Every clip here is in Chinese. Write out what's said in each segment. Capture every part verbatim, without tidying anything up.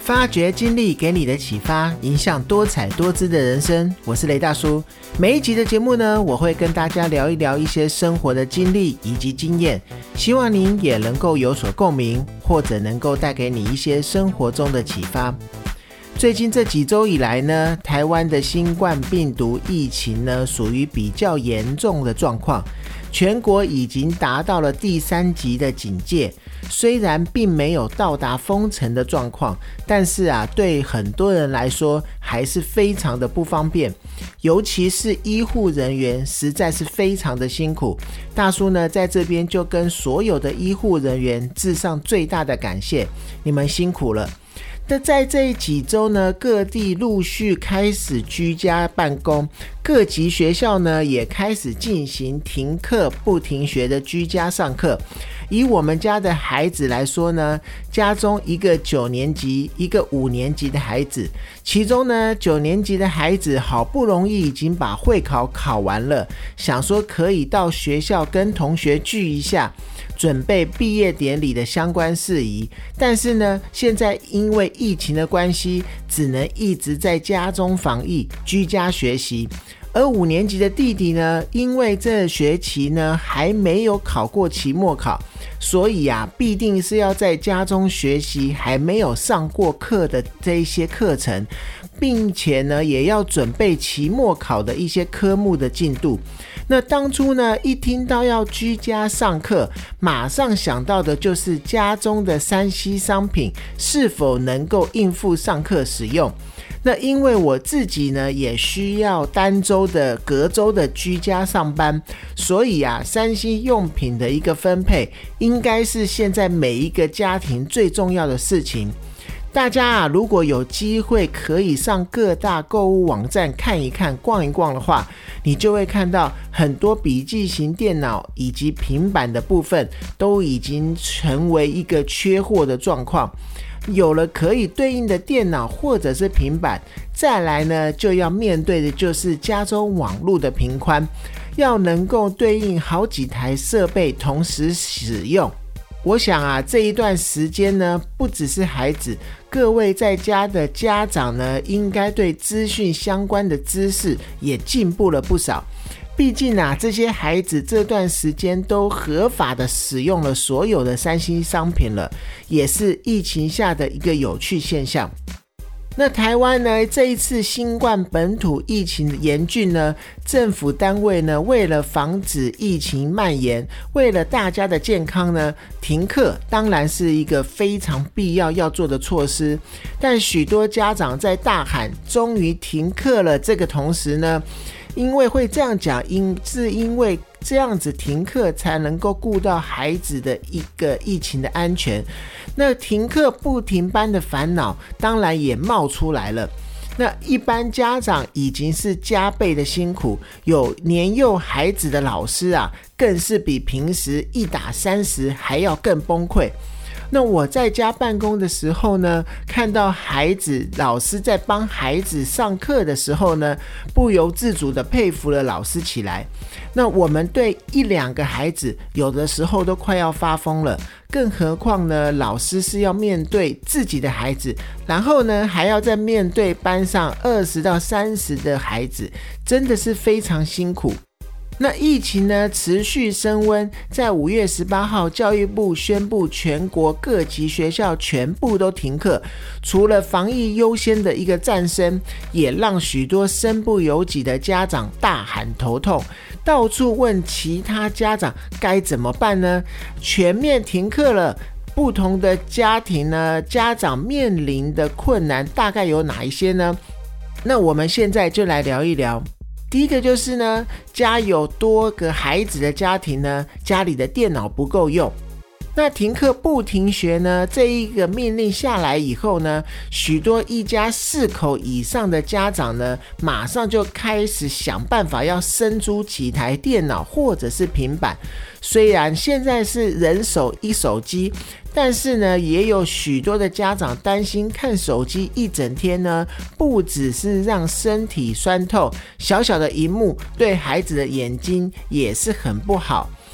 发掘经历给你的启发，影响多彩多姿的人生。我是雷大叔。每一集的节目呢，我会跟大家聊一聊一些生活的经历以及经验，希望您也能够有所共鸣，或者能够带给你一些生活中的启发。最近这几周以来呢，台湾的新冠病毒疫情呢，属于比较严重的状况，全国已经达到了第三级的警戒。虽然并没有到达封城的状况，但是啊，对很多人来说还是非常的不方便，尤其是医护人员实在是非常的辛苦。大叔呢，在这边就跟所有的医护人员致上最大的感谢，你们辛苦了。那在这几周呢，各地陆续开始居家办公，各级学校呢也开始进行停课不停学的居家上课。以我们家的孩子来说呢，家中一个九年级，一个五年级的孩子，其中呢九年级的孩子好不容易已经把会考考完了，想说可以到学校跟同学聚一下，准备毕业典礼的相关事宜，但是呢，现在因为疫情的关系，只能一直在家中防疫，居家学习。而五年级的弟弟呢，因为这学期呢还没有考过期末考，所以啊，必定是要在家中学习还没有上过课的这一些课程，并且呢，也要准备期末考的一些科目的进度。那当初呢，一听到要居家上课，马上想到的就是家中的 三 C 商品是否能够应付上课使用。那因为我自己呢也需要单周的隔周的居家上班，所以啊 三 C 用品的一个分配应该是现在每一个家庭最重要的事情。大家啊，如果有机会可以上各大购物网站看一看、逛一逛的话，你就会看到很多笔记型电脑以及平板的部分都已经成为一个缺货的状况。有了可以对应的电脑或者是平板，再来呢，就要面对的就是家中网络的频宽，要能够对应好几台设备同时使用。我想啊，这一段时间呢，不只是孩子，各位在家的家长呢，应该对资讯相关的知识也进步了不少。毕竟啊，这些孩子这段时间都合法的使用了所有的 三 C 商品了，也是疫情下的一个有趣现象。那台湾呢，这一次新冠本土疫情的严峻呢，政府单位呢，为了防止疫情蔓延，为了大家的健康呢，停课当然是一个非常必要要做的措施。但许多家长在大喊终于停课了这个同时呢，因为会这样讲，因是因为这样子停课才能够顾到孩子的一个疫情的安全。那停课不停班的烦恼当然也冒出来了。那一般家长已经是加倍的辛苦，有年幼孩子的老师啊，更是比平时一打三十还要更崩溃。那我在家办公的时候呢，看到孩子老师在帮孩子上课的时候呢，不由自主的佩服了老师起来。那我们对一两个孩子有的时候都快要发疯了，更何况呢，老师是要面对自己的孩子，然后呢还要再面对班上二十到三十的孩子，真的是非常辛苦。那疫情呢持续升温，在五月十八号，教育部宣布全国各级学校全部都停课。除了防疫优先的一个战声，也让许多身不由己的家长大喊头痛，到处问其他家长该怎么办呢？全面停课了，不同的家庭呢，家长面临的困难大概有哪一些呢？那我们现在就来聊一聊。第一个就是呢，家有多个孩子的家庭呢，家里的电脑不够用。那停课不停学呢，这一个命令下来以后呢，许多一家四口以上的家长呢，马上就开始想办法要生租几台电脑或者是平板。虽然现在是人手一手机，但是呢，也有许多的家长担心看手机一整天呢，不只是让身体酸痛，小小的萤幕对孩子的眼睛也是很不好。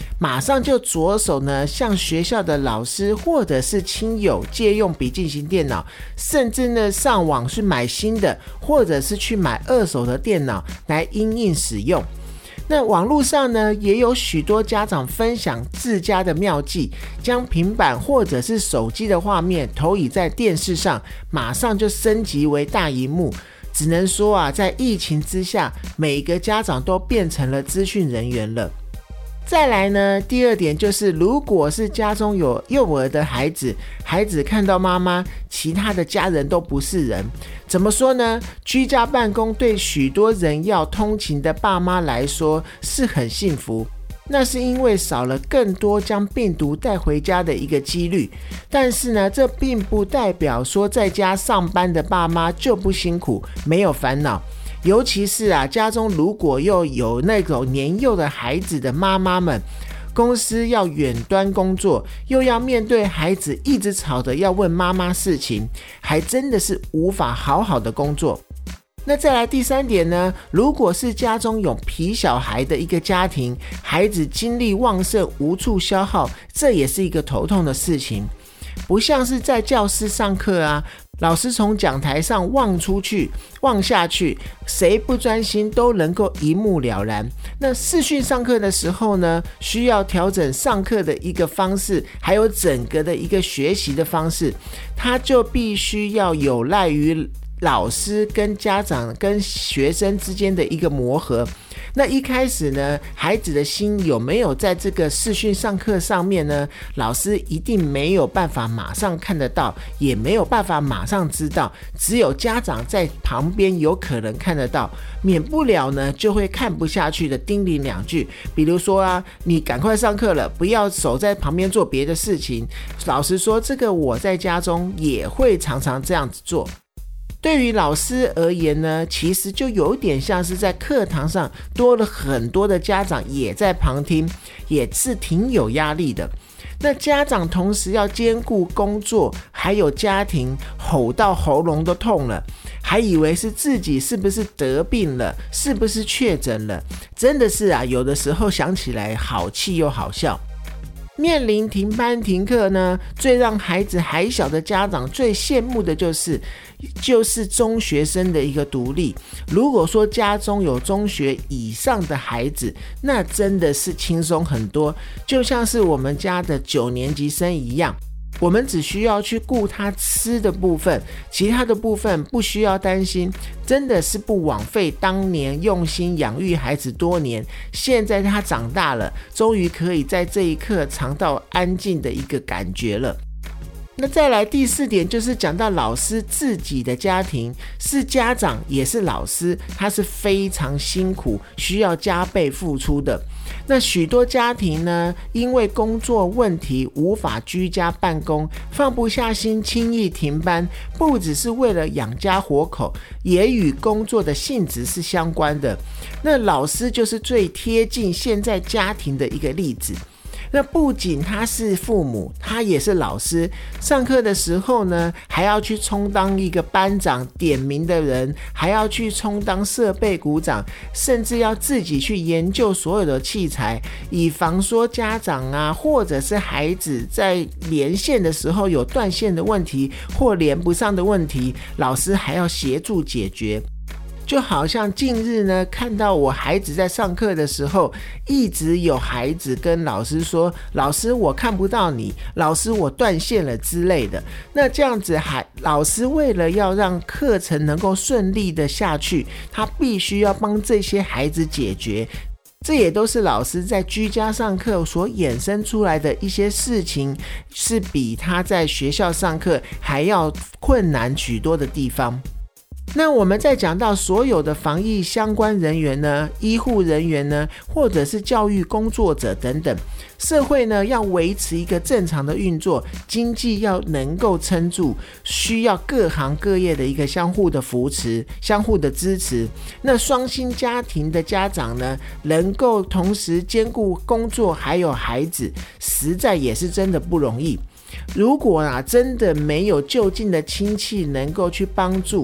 马上就着手呢向学校的老师或者是亲友借用笔记型电脑，甚至呢上网去买新的，或者是去买二手的电脑来因应使用。那网络上呢也有许多家长分享自家的妙计，将平板或者是手机的画面投影在电视上，马上就升级为大萤幕。只能说啊，在疫情之下，每个家长都变成了资讯人员了。再来呢，第二点就是，如果是家中有幼儿的孩子，孩子看到妈妈，其他的家人都不是人。怎么说呢？居家办公对许多人要通勤的爸妈来说是很幸福，那是因为少了更多将病毒带回家的一个几率。但是呢，这并不代表说在家上班的爸妈就不辛苦，没有烦恼。尤其是啊，家中如果又有那种年幼的孩子的妈妈们，公司要远端工作，又要面对孩子一直吵着要问妈妈事情，还真的是无法好好的工作。那再来第三点呢，如果是家中有皮小孩的一个家庭，孩子精力旺盛无处消耗，这也是一个头痛的事情。不像是在教室上课啊，老师从讲台上望出去望下去，谁不专心都能够一目了然。那视讯上课的时候呢，需要调整上课的一个方式，还有整个的一个学习的方式，它就必须要有赖于老师跟家长跟学生之间的一个磨合。那一开始呢，孩子的心有没有在这个视讯上课上面呢？老师一定没有办法马上看得到，也没有办法马上知道，只有家长在旁边有可能看得到，免不了呢就会看不下去的叮咛两句，比如说啊，你赶快上课了，不要守在旁边做别的事情。老实说，这个我在家中也会常常这样子做。对于老师而言呢，其实就有点像是在课堂上多了很多的家长也在旁听，也是挺有压力的。那家长同时要兼顾工作还有家庭，吼到喉咙都痛了，还以为是自己是不是得病了，是不是确诊了，真的是啊，有的时候想起来好气又好笑。面临停班停课呢，最让孩子还小的家长最羡慕的就是就是中学生的一个独立。如果说家中有中学以上的孩子，那真的是轻松很多，就像是我们家的九年级生一样，我们只需要去顾他吃的部分，其他的部分不需要担心，真的是不枉费当年用心养育孩子多年。现在他长大了，终于可以在这一刻尝到安静的一个感觉了。那再来第四点，就是讲到老师自己的家庭，是家长也是老师，他是非常辛苦，需要加倍付出的。那许多家庭呢，因为工作问题无法居家办公，放不下心轻易停班，不只是为了养家活口，也与工作的性质是相关的。那老师就是最贴近现在家庭的一个例子。那不仅他是父母，他也是老师。上课的时候呢，还要去充当一个班长点名的人，还要去充当设备股长，甚至要自己去研究所有的器材，以防说家长啊，或者是孩子在连线的时候有断线的问题或连不上的问题，老师还要协助解决。就好像近日呢，看到我孩子在上课的时候，一直有孩子跟老师说，老师我看不到你，老师我断线了之类的。那这样子还老师为了要让课程能够顺利的下去，他必须要帮这些孩子解决。这也都是老师在居家上课所衍生出来的一些事情，是比他在学校上课还要困难许多的地方。那我们再讲到所有的防疫相关人员呢，医护人员呢，或者是教育工作者等等，社会呢要维持一个正常的运作，经济要能够撑住，需要各行各业的一个相互的扶持，相互的支持。那双薪家庭的家长呢，能够同时兼顾工作还有孩子，实在也是真的不容易。如果啊真的没有就近的亲戚能够去帮助，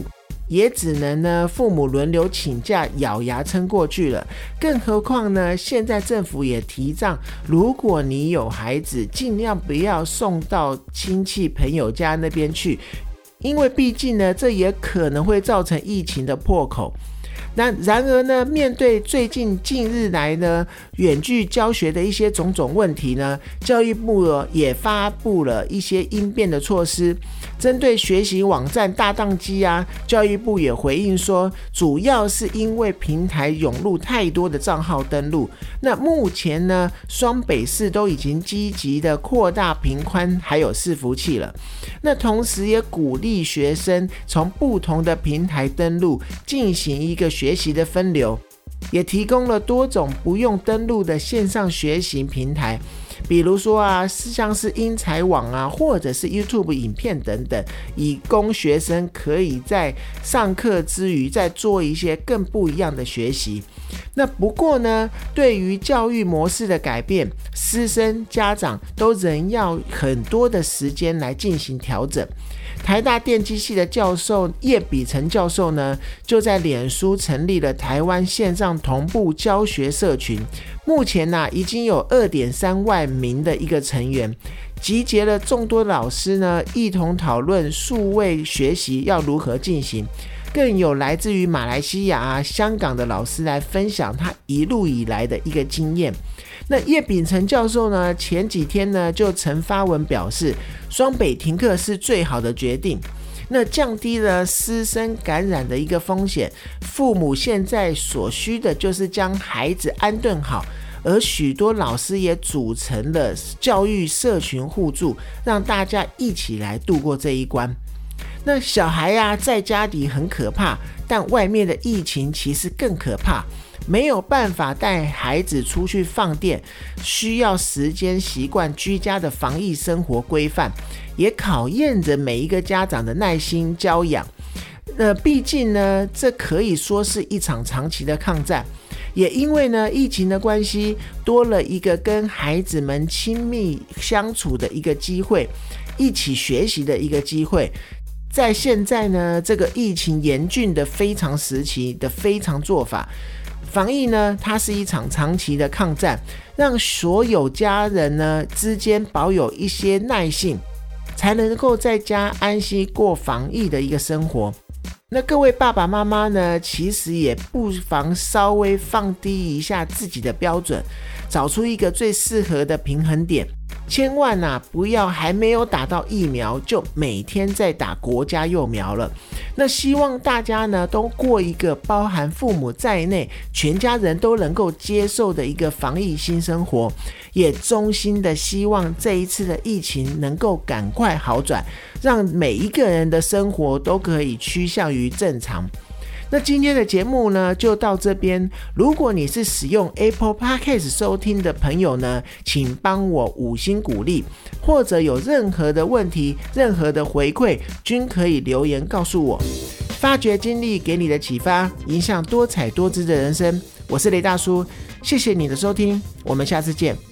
也只能呢父母轮流请假咬牙撑过去了。更何况呢，现在政府也提倡，如果你有孩子，尽量不要送到亲戚朋友家那边去，因为毕竟呢，这也可能会造成疫情的破口。那然而呢，面对最近近日来呢远距教学的一些种种问题呢，教育部也发布了一些应变的措施。针对学习网站大宕机啊，教育部也回应说，主要是因为平台涌入太多的账号登录。那目前呢，双北市都已经积极的扩大频宽还有伺服器了。那同时也鼓励学生从不同的平台登录，进行一个学习的分流，也提供了多种不用登录的线上学习平台。比如说啊，像是英才网啊，或者是 YouTube 影片等等，以供学生可以在上课之余再做一些更不一样的学习。那不过呢，对于教育模式的改变，师生家长都仍要很多的时间来进行调整。台大电机系的教授叶比成教授呢，就在脸书成立了台湾线上同步教学社群，目前呢、啊、已经有 二点三万名的一个成员，集结了众多老师呢，一同讨论数位学习要如何进行。更有来自于马来西亚啊、香港的老师来分享他一路以来的一个经验。那叶秉成教授呢，前几天呢就曾发文表示，双北停课是最好的决定，那降低了师生感染的一个风险。父母现在所需的就是将孩子安顿好，而许多老师也组成了教育社群互助，让大家一起来度过这一关。那小孩啊，在家里很可怕，但外面的疫情其实更可怕。没有办法带孩子出去放电，需要时间习惯居家的防疫生活规范，也考验着每一个家长的耐心教养。呃，毕竟呢，这可以说是一场长期的抗战。也因为呢，疫情的关系，多了一个跟孩子们亲密相处的一个机会，一起学习的一个机会。在现在呢，这个疫情严峻的非常时期的非常做法，防疫呢，它是一场长期的抗战，让所有家人呢之间保有一些耐性，才能够在家安心过防疫的一个生活。那各位爸爸妈妈呢，其实也不妨稍微放低一下自己的标准，找出一个最适合的平衡点。千万啊，不要还没有打到疫苗就每天在打国家幼苗了。那希望大家呢都过一个包含父母在内全家人都能够接受的一个防疫新生活，也衷心的希望这一次的疫情能够赶快好转，让每一个人的生活都可以趋向于正常。那今天的节目呢就到这边，如果你是使用 Apple Podcast 收听的朋友呢，请帮我五星鼓励，或者有任何的问题任何的回馈均可以留言告诉我。发掘经历给你的启发，影响多彩多姿的人生，我是雷大叔，谢谢你的收听，我们下次见。